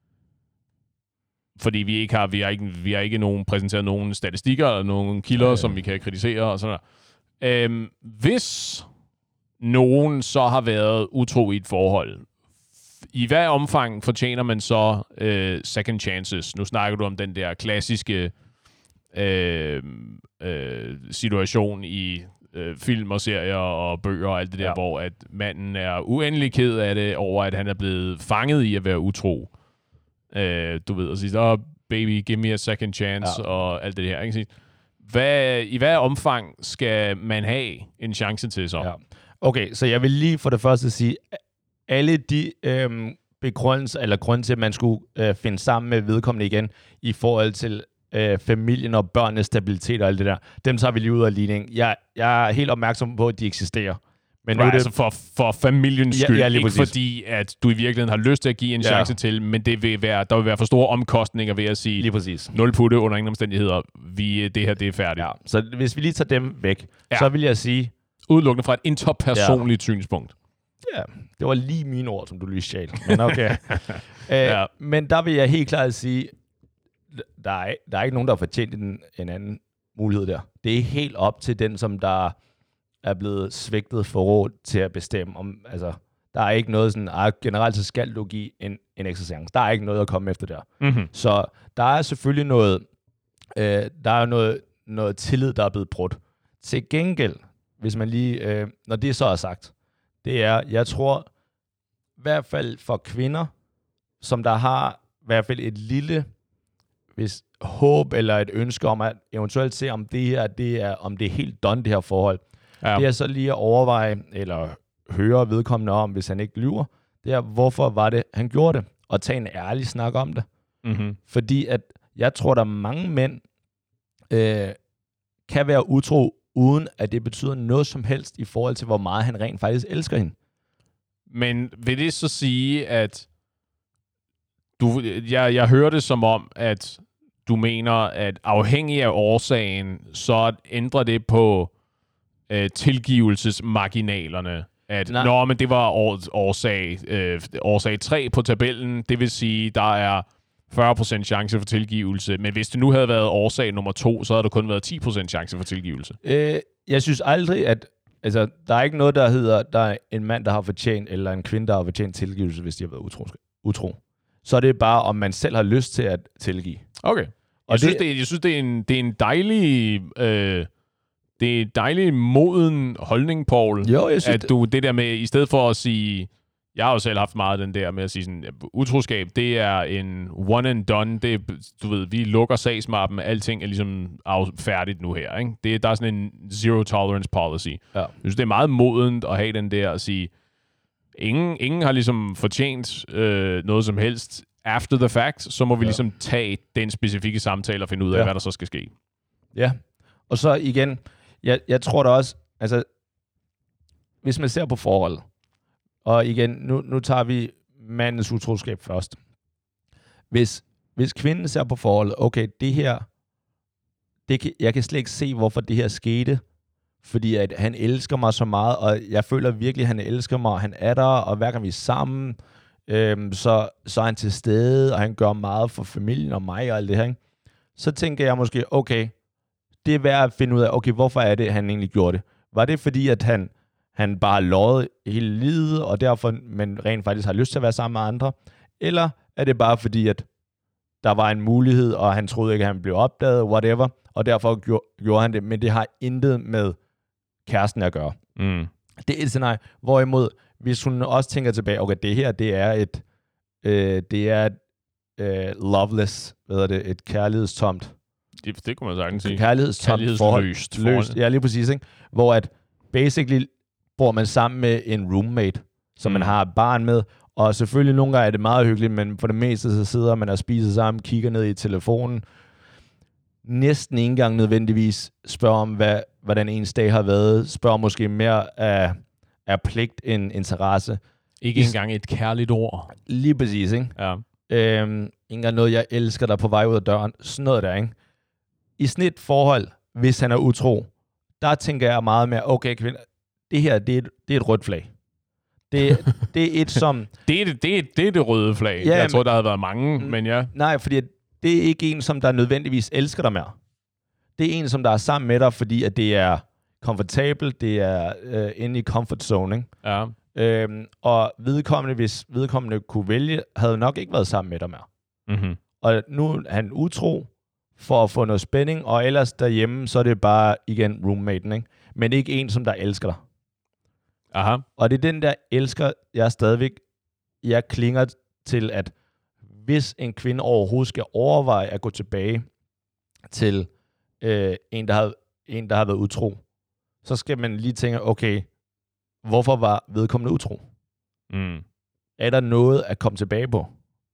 S2: fordi vi ikke har, vi har ikke, vi har ikke nogen, præsenteret nogen statistikker eller nogen kilder, ja, ja. som vi kan kritisere og sådan der. Øhm, hvis nogen så har været utro i et forhold, i hvad omfang fortjener man så øh, second chances? Nu snakker du om den der klassiske øh, øh, situation i øh, film og serier og bøger og alt det der, ja. hvor at manden er uendelig ked af det over, at han er blevet fanget i at være utro. Øh, du ved, og siger, oh, baby, give me a second chance, ja. og alt det her, ikke? Hvad, i hvad omfang skal man have en chance til så? Ja.
S1: Okay, så jeg vil lige for det første sige, alle de øhm, begrundelser, eller grund til, at man skulle øh, finde sammen med vedkommende igen, i forhold til øh, familien og børnenes stabilitet og alt det der, dem tager vi lige ud af ligningen. Jeg, jeg er helt opmærksom på, at de eksisterer. Men
S2: right, nu er det... altså for, for familiens skyld, ja, ja, ikke
S1: præcis.
S2: Fordi, at du i virkeligheden har lyst til at give en chance ja. til, men det vil være, der vil være for store omkostninger ved at sige,
S1: lige præcis.
S2: nul putte under ingen omstændigheder, vi, det her det er færdigt.
S1: Ja. Så hvis vi lige tager dem væk, ja. så vil jeg sige...
S2: Udelukkende fra et interpersonligt ja. synspunkt.
S1: Ja, det var lige mine ord, som du lige stjal. Men okay. Æ, ja. Men der vil jeg helt klart sige, der er, der er ikke nogen, der har fortjent en, en anden mulighed der. Det er helt op til den, som der er blevet svigtet forrådt til at bestemme. Om, altså, der er ikke noget sådan, ah, generelt så skal du give en, en ekstra chance. Der er ikke noget at komme efter der.
S2: Mm-hmm.
S1: Så der er selvfølgelig noget, øh, der er noget, noget tillid, der er blevet brudt. Til gengæld, hvis man lige, øh, når det så er sagt, det er, jeg tror, i hvert fald for kvinder, som der har i hvert fald et lille hvis, håb eller et ønske om at eventuelt se, om det her, det er, om det er helt done, det her forhold. Ja. Det er så lige at overveje, eller høre vedkommende om, hvis han ikke lyver, det er, hvorfor var det, han gjorde det, og tage en ærlig snak om det.
S2: Mm-hmm.
S1: Fordi at jeg tror, der er mange mænd, øh, kan være utro, uden at det betyder noget som helst i forhold til, hvor meget han rent faktisk elsker hende.
S2: Men vil det så sige, at du, jeg, jeg hører det som om, at du mener, at afhængig af årsagen, så ændrer det på øh, tilgivelsesmarginalerne. At nå, men det var år, årsag, øh, årsag tre på tabellen, det vil sige, der er fyrre procent chance for tilgivelse. Men hvis det nu havde været årsag nummer to, så havde der kun været ti procent chance for tilgivelse.
S1: Øh, jeg synes aldrig, at altså, der er ikke noget, der hedder, der er en mand, der har fortjent, eller en kvinde, der har fortjent tilgivelse, hvis de har været utro. utro. Så er det bare, om man selv har lyst til at tilgive.
S2: Okay. Jeg,
S1: og
S2: synes,
S1: det,
S2: det, jeg synes, det er en, det er en dejlig... Øh, det er en dejlig moden holdning, Paul.
S1: Jo, jeg synes,
S2: at du, det der med, i stedet for at sige... Jeg har jo selv haft meget den der med at sige sådan, utroskab, det er en one and done. Det er, du ved, vi lukker sagsmappen, alting er ligesom færdigt nu her. Ikke? Det, der er sådan en zero tolerance policy.
S1: Ja.
S2: Jeg synes, det er meget modent at have den der at sige, ingen, ingen har ligesom fortjent øh, noget som helst after the fact, så må vi ja. ligesom tage den specifikke samtale og finde ud af, ja. hvad der så skal ske.
S1: Ja, og så igen, jeg, jeg tror da også, altså, hvis man ser på forholdet, og igen, nu, nu tager vi mandens utroskab først. Hvis, hvis kvinden ser på forholdet, okay, det her, det kan, jeg kan slet ikke se, hvorfor det her skete, fordi at han elsker mig så meget, og jeg føler virkelig, at han elsker mig, og han er der, og hver gang vi er sammen, øhm, så, så er han til stede, og han gør meget for familien og mig og alt det her. Ikke? Så tænker jeg måske, okay, det er værd at finde ud af, okay, hvorfor er det, han egentlig gjorde det? Var det fordi, at han han bare løjet hele livet, og derfor man rent faktisk har lyst til at være sammen med andre? Eller er det bare fordi, at der var en mulighed, og han troede ikke, at han blev opdaget, whatever, og derfor gjorde, gjorde han det, men det har intet med kæresten at gøre.
S2: Mm.
S1: Det er et scenarie. Hvorimod, hvis hun også tænker tilbage, okay, det her, det er et, øh, det er et øh, loveless, hvad er det, et kærlighedstomt.
S2: Det, det kunne man sagtens sige.
S1: Kærlighedstomt forhold.
S2: Løst.
S1: Løst. Ja, lige præcis, ikke? Hvor at basically bor man sammen med en roommate, som mm. man har et barn med, og selvfølgelig nogle gange er det meget hyggeligt, men for det meste så sidder man og spiser sammen, kigger ned i telefonen, næsten ikke engang nødvendigvis spørger om, hvad, hvordan ens dag har været, spørger måske mere af, af pligt end interesse.
S2: Ikke I, engang et kærligt ord.
S1: Lige præcis, ikke?
S2: Ja.
S1: Øhm, ikke engang noget, jeg elsker dig på vej ud af døren, sådan noget der, ikke? I sådan et forhold, hvis han er utro, der tænker jeg meget mere, okay, kvinder, det her, det er et, det er et rødt flag. Det, det er et som...
S2: det, er det, det, er, det er det røde flag. Ja, jeg tror, der havde været mange, mm, men ja.
S1: Nej, fordi det er ikke en, som der nødvendigvis elsker dig mere. Det er en, som der er sammen med dig, fordi at det er komfortabelt, det er øh, inde i comfort zone, ikke?
S2: Ja.
S1: Øhm, og vedkommende, hvis vedkommende kunne vælge, havde nok ikke været sammen med dig mere.
S2: Mm-hmm.
S1: Og nu er han utro for at få noget spænding, og ellers derhjemme, så er det bare igen roommaten, ikke? Men ikke en, som der elsker dig.
S2: Aha.
S1: Og det er den, der elsker jeg stadigvæk. Jeg klinger til, at hvis en kvinde overhovedet skal overveje at gå tilbage til øh, en, der har, en, der har været utro, så skal man lige tænke, okay, hvorfor var vedkommende utro?
S2: Mm.
S1: Er der noget at komme tilbage på?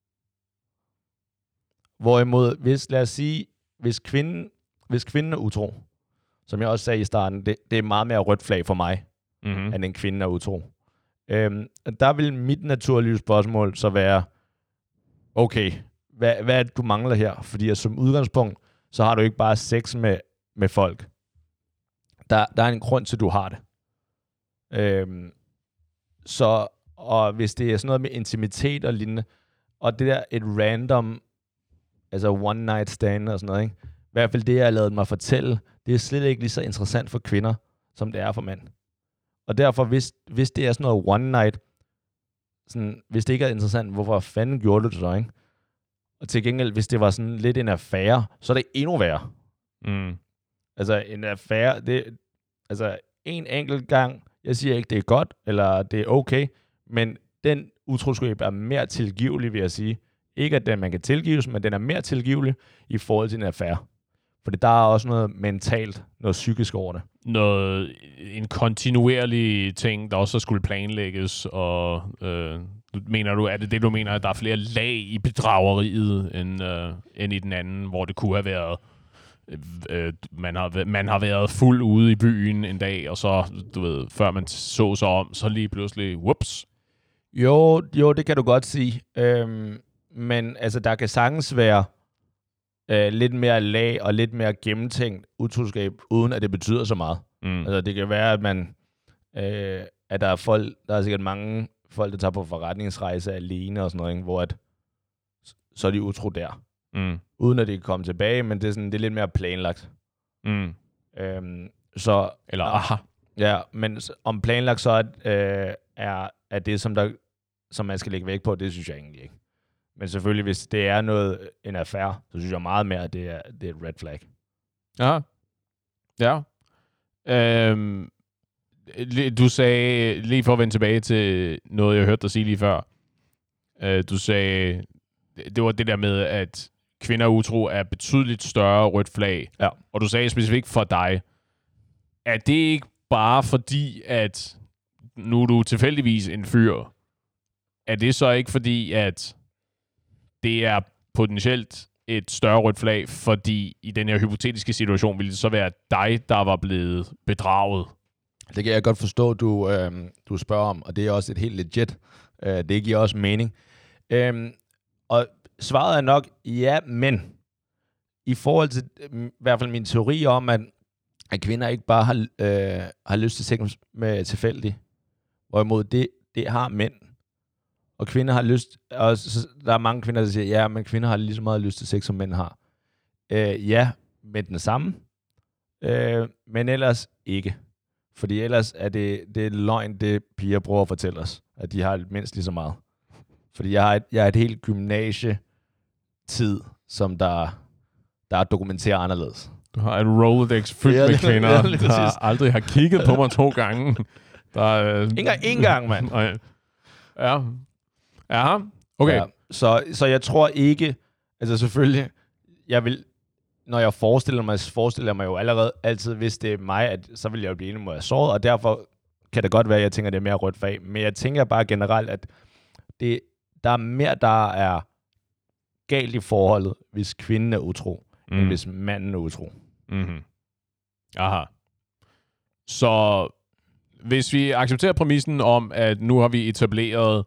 S1: Hvorimod, hvis, lad os sige, hvis kvinden, hvis kvinden er utro, som jeg også sagde i starten, det, det er meget mere rødt flag for mig,
S2: mm-hmm.
S1: end en kvinde er utro. Øhm, der vil mit naturlige spørgsmål så være, okay, hvad, hvad er det, du mangler her? Fordi som udgangspunkt, så har du ikke bare sex med, med folk. Der, der er en grund til, at du har det. Øhm, så, og hvis det er sådan noget med intimitet og lignende, og det der et random, altså one night stand og sådan noget, ikke? I hvert fald det, jeg har lavet mig fortælle, det er slet ikke lige så interessant for kvinder, som det er for mænd. Og derfor, hvis, hvis det er sådan noget one night, sådan, hvis det ikke er interessant, hvorfor fanden gjorde du det så, ikke? Og til gengæld, hvis det var sådan lidt en affære, så er det endnu værre.
S2: Mm.
S1: Altså, en affære, det, altså, en enkelt gang, jeg siger ikke, det er godt, eller det er okay, men den utroskab er mere tilgivelig, vil jeg sige, Ikke at den, man kan tilgives, men den er mere tilgivelig i forhold til en affære. Fordi der er også noget mentalt, noget psykisk over det.
S2: Noget, en kontinuerlig ting, der også skulle planlægges, og øh, mener du, er det det, du mener, at der er flere lag i bedrageriet, end, øh, end i den anden, hvor det kunne have været, øh, man, har, man har været fuld ude i byen en dag, og så, du ved, før man så sig om, så lige pludselig, whoops.
S1: Jo, jo, det kan du godt sige. Øhm, men altså, der kan sagtens være øh, lidt mere lag og lidt mere gennemtænkt utroskab, uden at det betyder så meget. Mm. Altså, det kan være, at man, øh, at der er folk, der er sikkert mange folk, der tager på forretningsrejse alene og sådan noget, ikke? Hvor at, så er de utro der. Mm. Uden at de kan komme tilbage, men det er, sådan, det er lidt mere planlagt. Mm. Øhm, så,
S2: Eller aha.
S1: Ja, men om planlagt så er, øh, er, er det, som, der, som man skal lægge vægt på, det synes jeg egentlig ikke. Men selvfølgelig, hvis det er noget, en affære, så synes jeg meget mere, at det er, det er et red flag.
S2: Ja. Ja. Øhm, du sagde, lige for at vende tilbage til noget, jeg hørte dig sige lige før, øh, du sagde, det var det der med, at kvinder utro er betydeligt større rødt flag.
S1: Ja.
S2: Og du sagde specifikt for dig, er det ikke bare fordi, at nu er du tilfældigvis en fyr, er det så ikke fordi, at det er potentielt et større rødt flag, fordi i den her hypotetiske situation ville det så være dig, der var blevet bedraget?
S1: Det kan jeg godt forstå, du, øh, du spørger om, og det er også et helt legit. Øh, det giver også mening. Øh, og svaret er nok ja, men i forhold til øh, i hvert fald min teori om, at, at kvinder ikke bare har, øh, har lyst til sex med tilfældigt, hvorimod det, det har mænd. Og kvinder har lyst, og så, der er mange kvinder, der siger, ja, men kvinder har lige så meget lyst til sex, som mænd har. Øh, ja, med den samme, øh, men ellers ikke. Fordi ellers er det, det er løgn, det piger prøver at fortælle os, at de har mindst lige så meget. Fordi jeg har et, jeg har et helt gymnasietid, som der, der er dokumenteret anderledes.
S2: Du har et Rolodex fyldt ja, med kvinder, ja, der aldrig har kigget på mig to gange. Der er,
S1: øh... Ingen en gang, mand.
S2: Ja. Ja, okay. Ja,
S1: så, så jeg tror ikke, altså selvfølgelig, jeg vil, når jeg forestiller mig, forestiller jeg mig jo allerede altid, hvis det er mig, at så vil jeg jo blive enig med, at jeg såret, og derfor kan det godt være, at jeg tænker, at det er mere rødt fag. Men jeg tænker bare generelt, at det, der er mere, der er galt i forholdet, hvis kvinden er utro, mm. end hvis manden er utro.
S2: Mm-hmm. Aha. Så hvis vi accepterer præmissen om, at nu har vi etableret,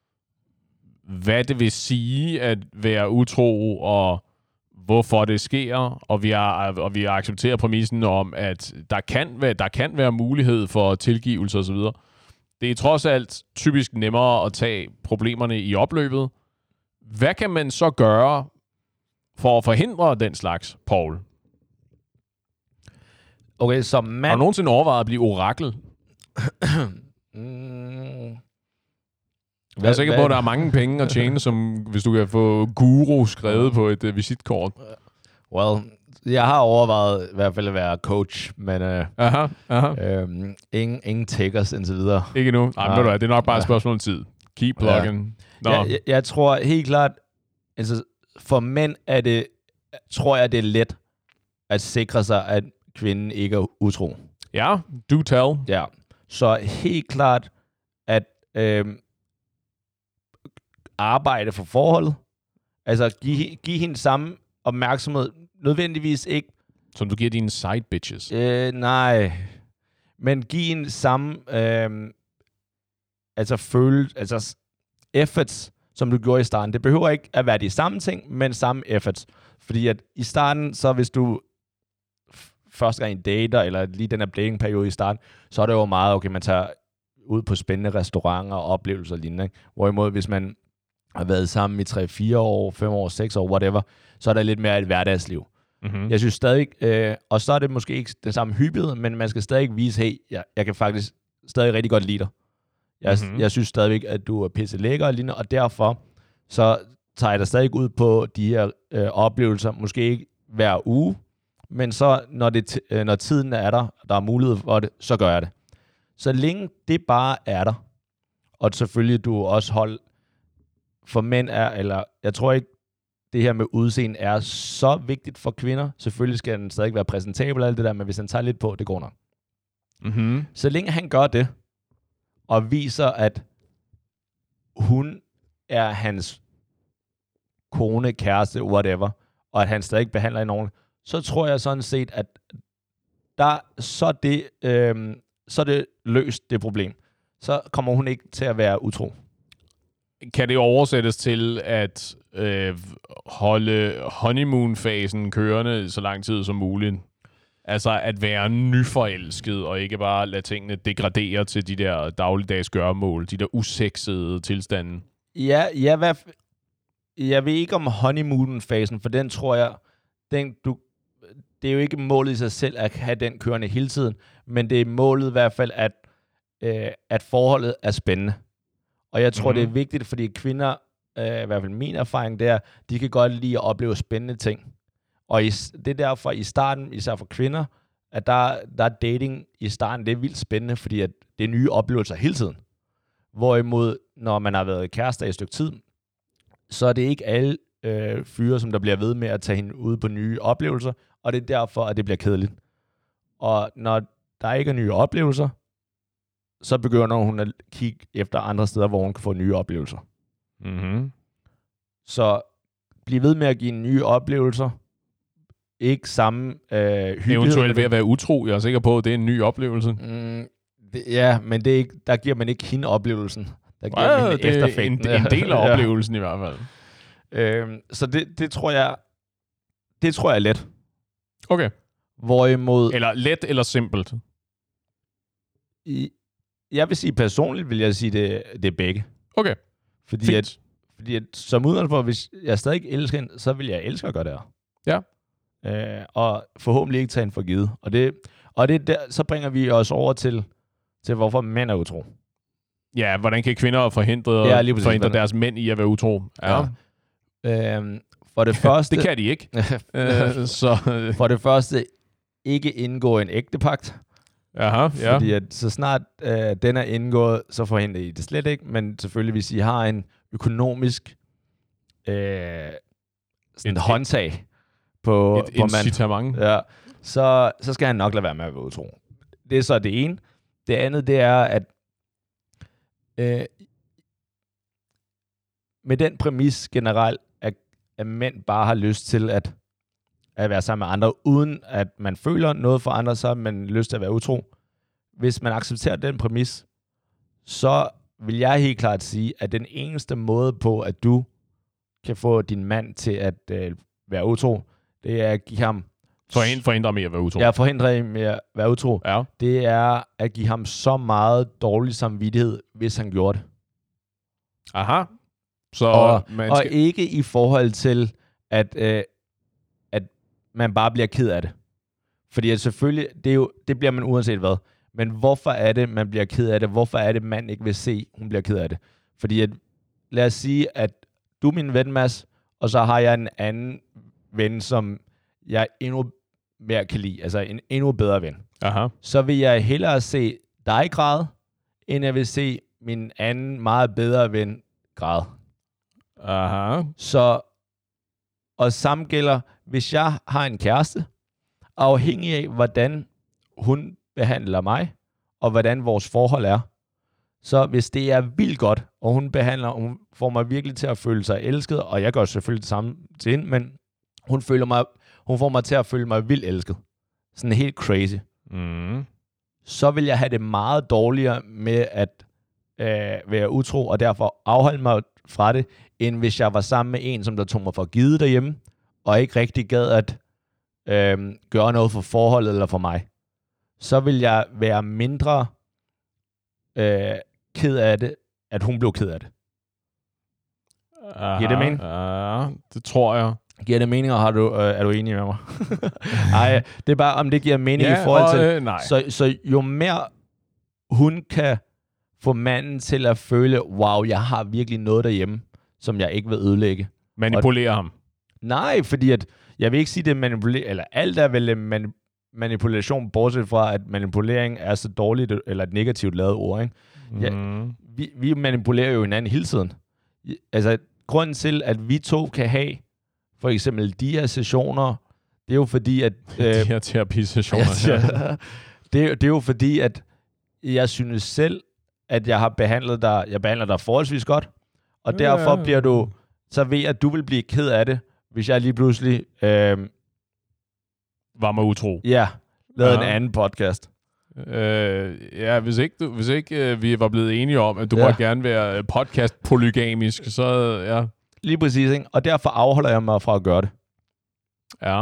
S2: hvad det vil sige at være utro, og hvorfor det sker, og vi har, og vi har accepteret præmissen om, at der kan være, der kan være mulighed for tilgivelse osv. Det er trods alt typisk nemmere at tage problemerne i opløbet. Hvad kan man så gøre for at forhindre den slags, Paul?
S1: Okay, så man...
S2: Har du nogensinde overvejet at blive orakel?
S1: mm.
S2: Jeg er sikker på, at der er mange penge at tjene, som hvis du kan få guru skrevet på et uh, visitkort.
S1: Well, jeg har overvejet i hvert fald at være coach, men uh,
S2: aha, aha.
S1: Øhm, ingen, ingen takers indtil videre.
S2: Ikke nu? Nej, men det er nok bare et spørgsmål om tid. Keep plugging.
S1: Ja. Jeg, jeg, jeg tror helt klart, altså for mænd er det, tror jeg, det er let at sikre sig, at kvinden ikke er utro.
S2: Ja, do tell.
S1: Ja, så helt klart, at øhm, arbejde for forholdet. Altså, give, give hende samme opmærksomhed. Nødvendigvis ikke.
S2: Som du giver dine side bitches.
S1: Øh, nej. Men give hende samme øh, altså føle, altså efforts, som du gjorde i starten. Det behøver ikke at være de samme ting, men samme efforts. Fordi at i starten, så hvis du første gang en dater, eller lige den her datingperiode i starten, så er det jo meget, okay, man tager ud på spændende restauranter og oplevelser og lignende. Ikke? Hvorimod, hvis man har været sammen i tre fire år, fem år, seks år, whatever, så er der lidt mere et hverdagsliv. Mm-hmm. Jeg synes stadig, øh, og så er det måske ikke den samme hyppighed, men man skal stadig vise, hey, jeg, jeg kan faktisk stadig rigtig godt lide dig. Jeg, mm-hmm. jeg synes stadigvæk, at du er pisse lækker og lignende, og derfor så tager jeg dig stadig ud på de her øh, oplevelser, måske ikke hver uge, men så når, det t- øh, når tiden er der, der er mulighed for det, så gør jeg det. Så længe det bare er der, og selvfølgelig du også hold, for mænd er, eller jeg tror ikke, det her med udseende er så vigtigt for kvinder. Selvfølgelig skal den stadig være præsentabel og alt det der, men hvis han tager lidt på, det går nok.
S2: Mm-hmm.
S1: Så længe han gør det, og viser, at hun er hans kone, kæreste, whatever, og at han stadig behandler hende ordentligt, så tror jeg sådan set, at der, så, er det, øh, så er det løst, det problem. Så kommer hun ikke til at være utro.
S2: Kan det oversættes til at øh, holde honeymoon-fasen kørende så lang tid som muligt? Altså at være nyforelsket, og ikke bare lade tingene degradere til de der dagligdags gøremål, de der usexede tilstande?
S1: Ja, ja hvad, jeg ved ikke om honeymoon-fasen, for den tror jeg, den, du, det er jo ikke målet i sig selv at have den kørende hele tiden, men det er målet i hvert fald, at, øh, at forholdet er spændende. Og jeg tror, mm-hmm. det er vigtigt, fordi kvinder, øh, i hvert fald min erfaring, det er, de kan godt lide at opleve spændende ting. Og i, det er derfor i starten, især for kvinder, at der, der er dating i starten, det er vildt spændende, fordi at det er nye oplevelser hele tiden. Hvorimod, når man har været kærester i et stykke tid, så er det ikke alle øh, fyre, som der bliver ved med at tage hende ud på nye oplevelser, og det er derfor, at det bliver kedeligt. Og når der ikke er nye oplevelser, så begynder hun at kigge efter andre steder, hvor hun kan få nye oplevelser.
S2: Mm-hmm.
S1: Så bliv ved med at give nye oplevelser. Ikke samme øh, hyppighed.
S2: Eventuelt ved at være utro. Jeg er sikker på, at det er en ny oplevelse.
S1: Mm, det, ja, men det er ikke, der giver man ikke hende oplevelsen. Der giver
S2: ja,
S1: man hende efterfægten.
S2: En, en del af oplevelsen ja. i hvert fald.
S1: Øhm, så det, det tror jeg, det tror jeg er let.
S2: Okay.
S1: Hvorimod...
S2: Eller let eller simpelt?
S1: I, jeg vil sige personligt, vil jeg sige, det, det er begge.
S2: Okay.
S1: Fordi at, fordi at som udgangspunkt, hvis jeg stadig elsker hende, så vil jeg elske at gøre det her.
S2: Ja.
S1: Øh, og forhåbentlig ikke tage hende for givet. Og, det, og det der, så bringer vi os over til, til hvorfor mænd er utro.
S2: Ja, hvordan kan kvinder forhindre,
S1: ja, lige
S2: forhindre deres mænd i at være utro? Ja.
S1: ja. Øhm, for det første...
S2: det kan de ikke. øh, så,
S1: for det første, ikke indgå en ægtepagt.
S2: Aha, ja.
S1: Fordi at så snart øh, den er indgået, så forhindrer I det slet ikke. Men selvfølgelig, hvis I har en økonomisk øh, sådan et håndtag på,
S2: et
S1: på
S2: incitament,
S1: man, ja, så, så skal han nok lade være med at være utro. Det er så det ene. Det andet, det er, at øh, med den præmis generelt, at, at mænd bare har lyst til at, at være sammen med andre, uden at man føler noget for andre, så har man lyst til at være utro. Hvis man accepterer den præmis, så vil jeg helt klart sige, at den eneste måde på, at du kan få din mand til at øh, være utro, det er at give ham...
S2: Forhindre, forhindre mig at være utro.
S1: Ja, forhindre ham med at være utro.
S2: Ja.
S1: Det er at give ham så meget dårlig samvittighed, hvis han gjorde det.
S2: Aha. Så
S1: og,
S2: man
S1: og
S2: skal...
S1: ikke i forhold til, at, øh, at man bare bliver ked af det. Fordi at selvfølgelig, det, er jo, det bliver man uanset hvad. Men hvorfor er det, man bliver ked af det? Hvorfor er det, man ikke vil se, hun bliver ked af det? Fordi at, lad os sige, at du er min ven, Mads, og så har jeg en anden ven, som jeg endnu mere kan lide. Altså en endnu bedre ven.
S2: Aha.
S1: Så vil jeg hellere se dig græde, end jeg vil se min anden meget bedre ven græde.
S2: Aha.
S1: Så, og samme gælder, hvis jeg har en kæreste, afhængig af, hvordan hun behandler mig, og hvordan vores forhold er. Så hvis det er vildt godt, og hun behandler, hun får mig virkelig til at føle sig elsket, og jeg gør selvfølgelig det samme til hende, men hun, føler mig, hun får mig til at føle mig vildt elsket. Sådan helt crazy.
S2: Mm.
S1: Så vil jeg have det meget dårligere med at øh, være utro, og derfor afholde mig fra det, end hvis jeg var sammen med en, som der tog mig for givet derhjemme, og ikke rigtig gad at øh, gøre noget for forholdet eller for mig. Så vil jeg være mindre øh, ked af det, at hun blev ked af det.
S2: Aha,
S1: Giver det mening?
S2: Ja, det tror jeg.
S1: Giver det mening, og har du, øh, er du enig med mig? Nej, det er bare, om det giver mening ja, i forhold til...
S2: Øh, nej.
S1: Så, så jo mere hun kan få manden til at føle, wow, jeg har virkelig noget derhjemme, som jeg ikke vil ødelægge.
S2: Manipulere og, ham?
S1: Nej, fordi at, jeg vil ikke sige, det er manipulering, eller alt er vel man, manipulation, bortset fra, at manipulering er så dårligt, eller et negativt lavet ord, ikke? Ja,
S2: mm.
S1: vi, vi manipulerer jo hinanden hele tiden. altså, grunden til, at vi to kan have for eksempel de her sessioner, det er jo fordi, at...
S2: Øh, de her terapisessioner.
S1: Ja, det, det er jo fordi, at jeg synes selv, at jeg har behandlet dig, jeg behandler dig forholdsvis godt, og ja. Derfor bliver du, så ved at du vil blive ked af det, hvis jeg lige pludselig... Øh,
S2: var mig utro.
S1: Ja, lavede ja. en anden podcast.
S2: Øh, ja, hvis ikke, du, hvis ikke øh, vi var blevet enige om, at du ja. må gerne være podcast polygamisk, så ja.
S1: Lige præcis, ikke? Og derfor afholder jeg mig fra at gøre det.
S2: Ja.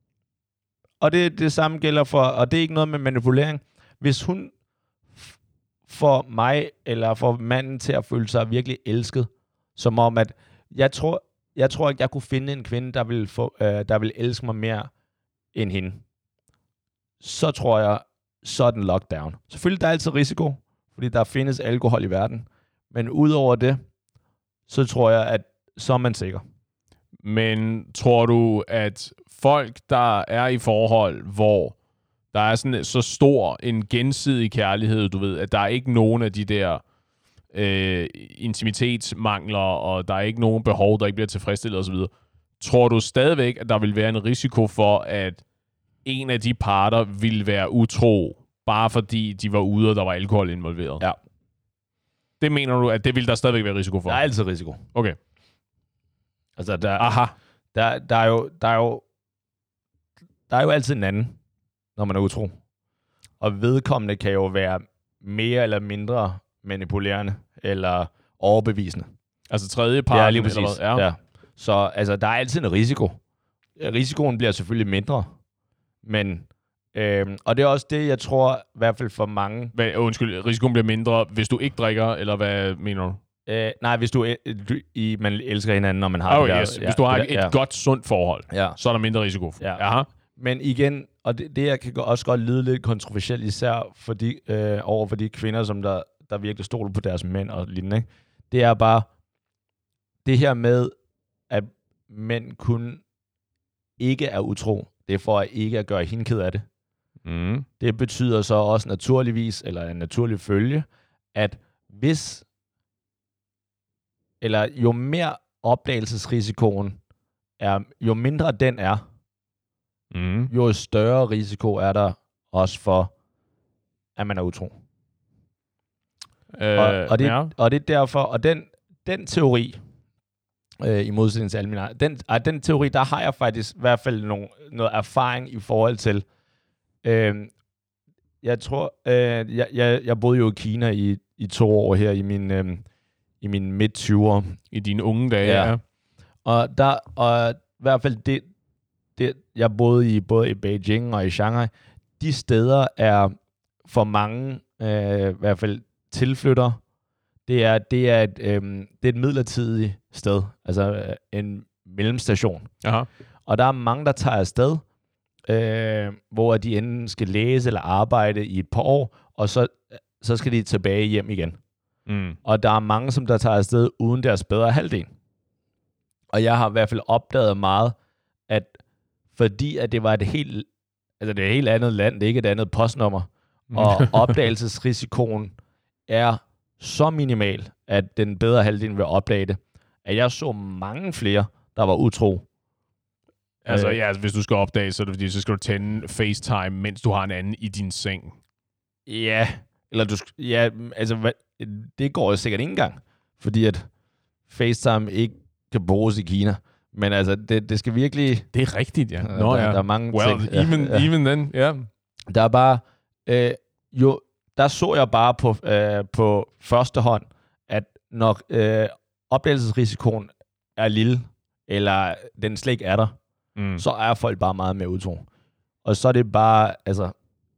S1: Og det, det samme gælder for, og det er ikke noget med manipulering. Hvis hun f- får mig, eller får manden til at føle sig virkelig elsket, som om at, jeg tror, jeg tror ikke, jeg kunne finde en kvinde, der vil, få, øh, der vil elske mig mere end hende. Så tror jeg, så er den lockdown. Selvfølgelig der er altid risiko, fordi der findes alkohol i verden. Men udover det, så tror jeg, at så er man sikker.
S2: Men tror du, at folk, der er i forhold, hvor der er sådan så stor en gensidig kærlighed, du ved, at der er ikke nogen af de der øh, intimitetsmangler, og der er ikke nogen behov, der ikke bliver tilfredsstillet osv., tror du stadigvæk, at der vil være en risiko for, at en af de parter ville være utro, bare fordi de var ude, og der var alkohol involveret?
S1: Ja.
S2: Det mener du, at det vil der stadigvæk være risiko for?
S1: Der er altid risiko.
S2: Okay.
S1: Altså, der,
S2: Aha.
S1: Der, der, er jo, der, er jo, der er jo altid en anden, når man er utro. Og vedkommende kan jo være mere eller mindre manipulerende, eller overbevisende.
S2: Altså tredje part?
S1: Ja, lige præcis. Ja. Ja. Så altså, der er altid en risiko. Risikoen bliver selvfølgelig mindre. Men, øhm, og det er også det, jeg tror, i hvert fald for mange...
S2: Hvad, undskyld, risikoen bliver mindre, hvis du ikke drikker, eller hvad mener du?
S1: Øh, nej, hvis du, du i, man elsker hinanden, når man har
S2: oh,
S1: det der.
S2: Yes.
S1: Ja,
S2: hvis du har
S1: det
S2: et
S1: der, ja.
S2: godt, sundt forhold, ja. så er der mindre risiko.
S1: Ja.
S2: Aha.
S1: Men igen, og det, det jeg kan også godt lyde lidt kontroversielt, især for de, øh, over for de kvinder, som der, der virkelig stoler på deres mænd og lignende, ikke? Det er bare det her med, at mænd kun ikke er utro. Det er for at ikke at gøre hende ked af det.
S2: Mm.
S1: Det betyder så også naturligvis, eller en naturlig følge, at hvis, eller jo mere opdagelsesrisikoen er, jo mindre den er,
S2: mm.
S1: jo større risiko er der også for, at man er utro.
S2: Øh,
S1: og, og, det,
S2: ja.
S1: og det er derfor, og den, den teori, øh, i modsætning til alle mine den, og den teori, der har jeg faktisk i hvert fald nogle, noget erfaring i forhold til, øh, jeg tror, øh, jeg, jeg, jeg boede jo i Kina i, i to år her i min, øh, i mine midt-tyvere.
S2: I dine unge dage, ja. ja.
S1: Og der, og i hvert fald det, det, jeg boede i både i Beijing og i Shanghai, de steder er for mange, øh, i hvert fald tilflyttere, det er, det er et, øh, det er et midlertidigt sted, altså en mellemstation.
S2: Aha.
S1: Og der er mange, der tager afsted, øh, hvor de enten skal læse eller arbejde i et par år, og så, så skal de tilbage hjem igen.
S2: Mm.
S1: Og der er mange, som der tager afsted uden deres bedre halvdel. Og jeg har i hvert fald opdaget meget, at fordi at det var et helt, altså det er et helt andet land, det er ikke et andet postnummer, og opdagelsesrisikoen er så minimal, at den bedre halvdel vil opdage det, at jeg så mange flere, der var utro.
S2: Altså ja, altså, hvis du skal opdage, så, er det fordi, så skal du tænde FaceTime, mens du har en anden i din seng.
S1: Ja, eller du, ja, altså hvad, det går jo sikkert ikke engang, fordi at FaceTime ikke kan bruges i Kina. Men altså, det, det skal virkelig...
S2: Det er rigtigt, ja.
S1: Nå, der,
S2: ja.
S1: der er mange
S2: well,
S1: ting.
S2: Even, ja, even then, ja. Yeah.
S1: Der er bare... Øh, jo, der så jeg bare på, øh, på første hånd, at når øh, opdagelsesrisikoen er lille, eller den slet ikke er der, mm. så er folk bare meget mere utro. Og så er det bare... altså.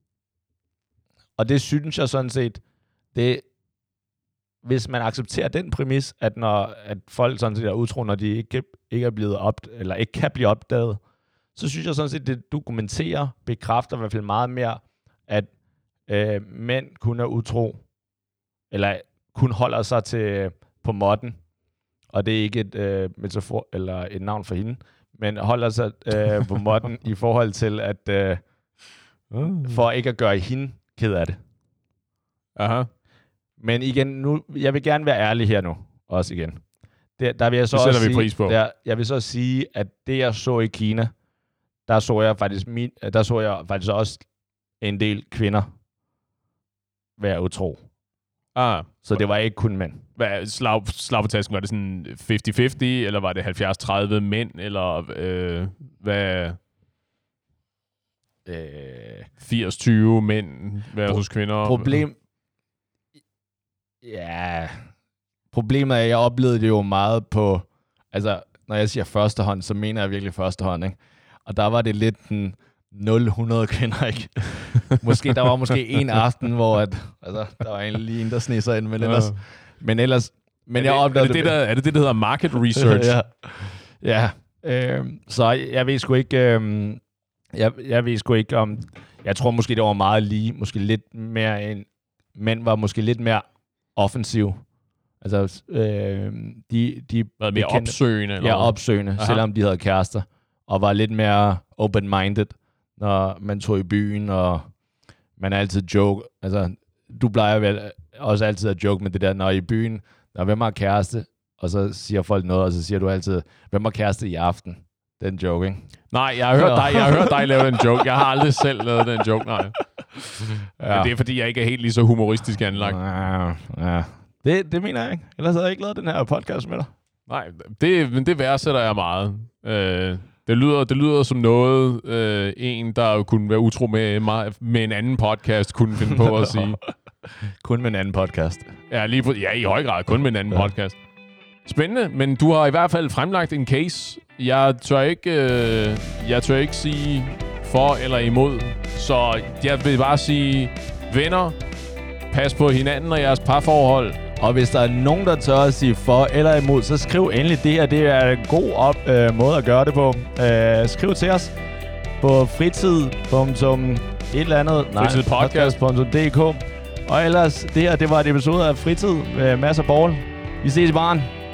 S1: Og det synes jeg sådan set... det hvis man accepterer den præmis, at når at folk sådan set er utro, når de ikke, ikke er blevet op, eller ikke kan blive opdaget, så synes jeg sådan set, det dokumenterer, bekræfter i hvert fald meget mere, at øh, mænd kun er utro, eller kun holder sig til på måtten, og det er ikke et øh, metafor eller et navn for hende, men holder sig øh, på måtten i forhold til at øh, for ikke at gøre hende ked af det.
S2: Aha.
S1: Men igen, nu, jeg vil gerne være ærlig her nu, også igen. det, der vil jeg så
S2: det sætter
S1: også
S2: vi
S1: sige,
S2: pris på.
S1: Der, jeg vil så sige, at det, jeg så i Kina, der så jeg faktisk, min, der så jeg faktisk også en del kvinder være utro.
S2: Ah,
S1: så det var ikke kun mænd.
S2: Hvad, slag, slag på tasken, var det sådan halvtreds halvtreds, eller var det halvfjerds tredive mænd, eller øh, hvad...
S1: Øh,
S2: firs tyve mænd versus kvinder?
S1: Problem... Ja... Problemet er, at jeg oplevede det jo meget på... Altså, når jeg siger første hånd, så mener jeg virkelig første hånd, ikke? Og der var det lidt den nul hundrede kvinder, ikke? Måske, der var måske en aften, hvor at, altså, der var en lige en, der sneg sig ind, men ellers... Men ellers... Men
S2: er,
S1: jeg
S2: det,
S1: oplevede
S2: er, det det, der, er det det, der hedder market research?
S1: ja. Ja. Øh, så jeg ved sgu ikke... Øh, jeg, jeg ved sgu ikke om... Jeg tror måske, det var meget lige. Måske lidt mere en... Mænd var måske lidt mere offensiv. Altså, øh, de... de
S2: Hvad, mere opsøgende? Eller
S1: ja, opsøgende, aha, selvom de havde kærester. Og var lidt mere open-minded, når man tog i byen, og man er altid joke. Altså, du plejer vel også altid at joke med det der, når i byen, når hvem har kæreste, og så siger folk noget, og så siger du altid, hvem har kæreste i aften? Den joke, ikke?
S2: Nej, jeg har hørt dig, jeg har hørt dig lave den joke. Jeg har aldrig selv lavet den joke, nej. Ja. Men det er, fordi jeg ikke er helt lige så humoristisk anlagt.
S1: Ja, ja. Det, det mener jeg ikke. Ellers havde jeg ikke lavet den her podcast med dig.
S2: Nej, det, men det værdsætter jeg meget. Øh, det, lyder, det lyder som noget, øh, en, der kunne være utro med, med en anden podcast, kunne finde på at sige.
S1: Kun med en anden podcast.
S2: Ja, lige på, ja, i høj grad. Kun med en anden ja. podcast. Spændende, men du har i hvert fald fremlagt en case. Jeg tør ikke, øh, jeg tør ikke sige for eller imod. Så jeg vil bare sige, venner, pas på hinanden og jeres parforhold.
S1: Og hvis der er nogen, der tør at sige for eller imod, så skriv endelig det her. Det er en god op, øh, måde at gøre det på. Øh, skriv til os på fritid punktum et eller andet.
S2: fritidpodcast
S1: punktum d k. Og ellers, det her, det var et episode af Fritid med masser af ball. Vi ses i baren.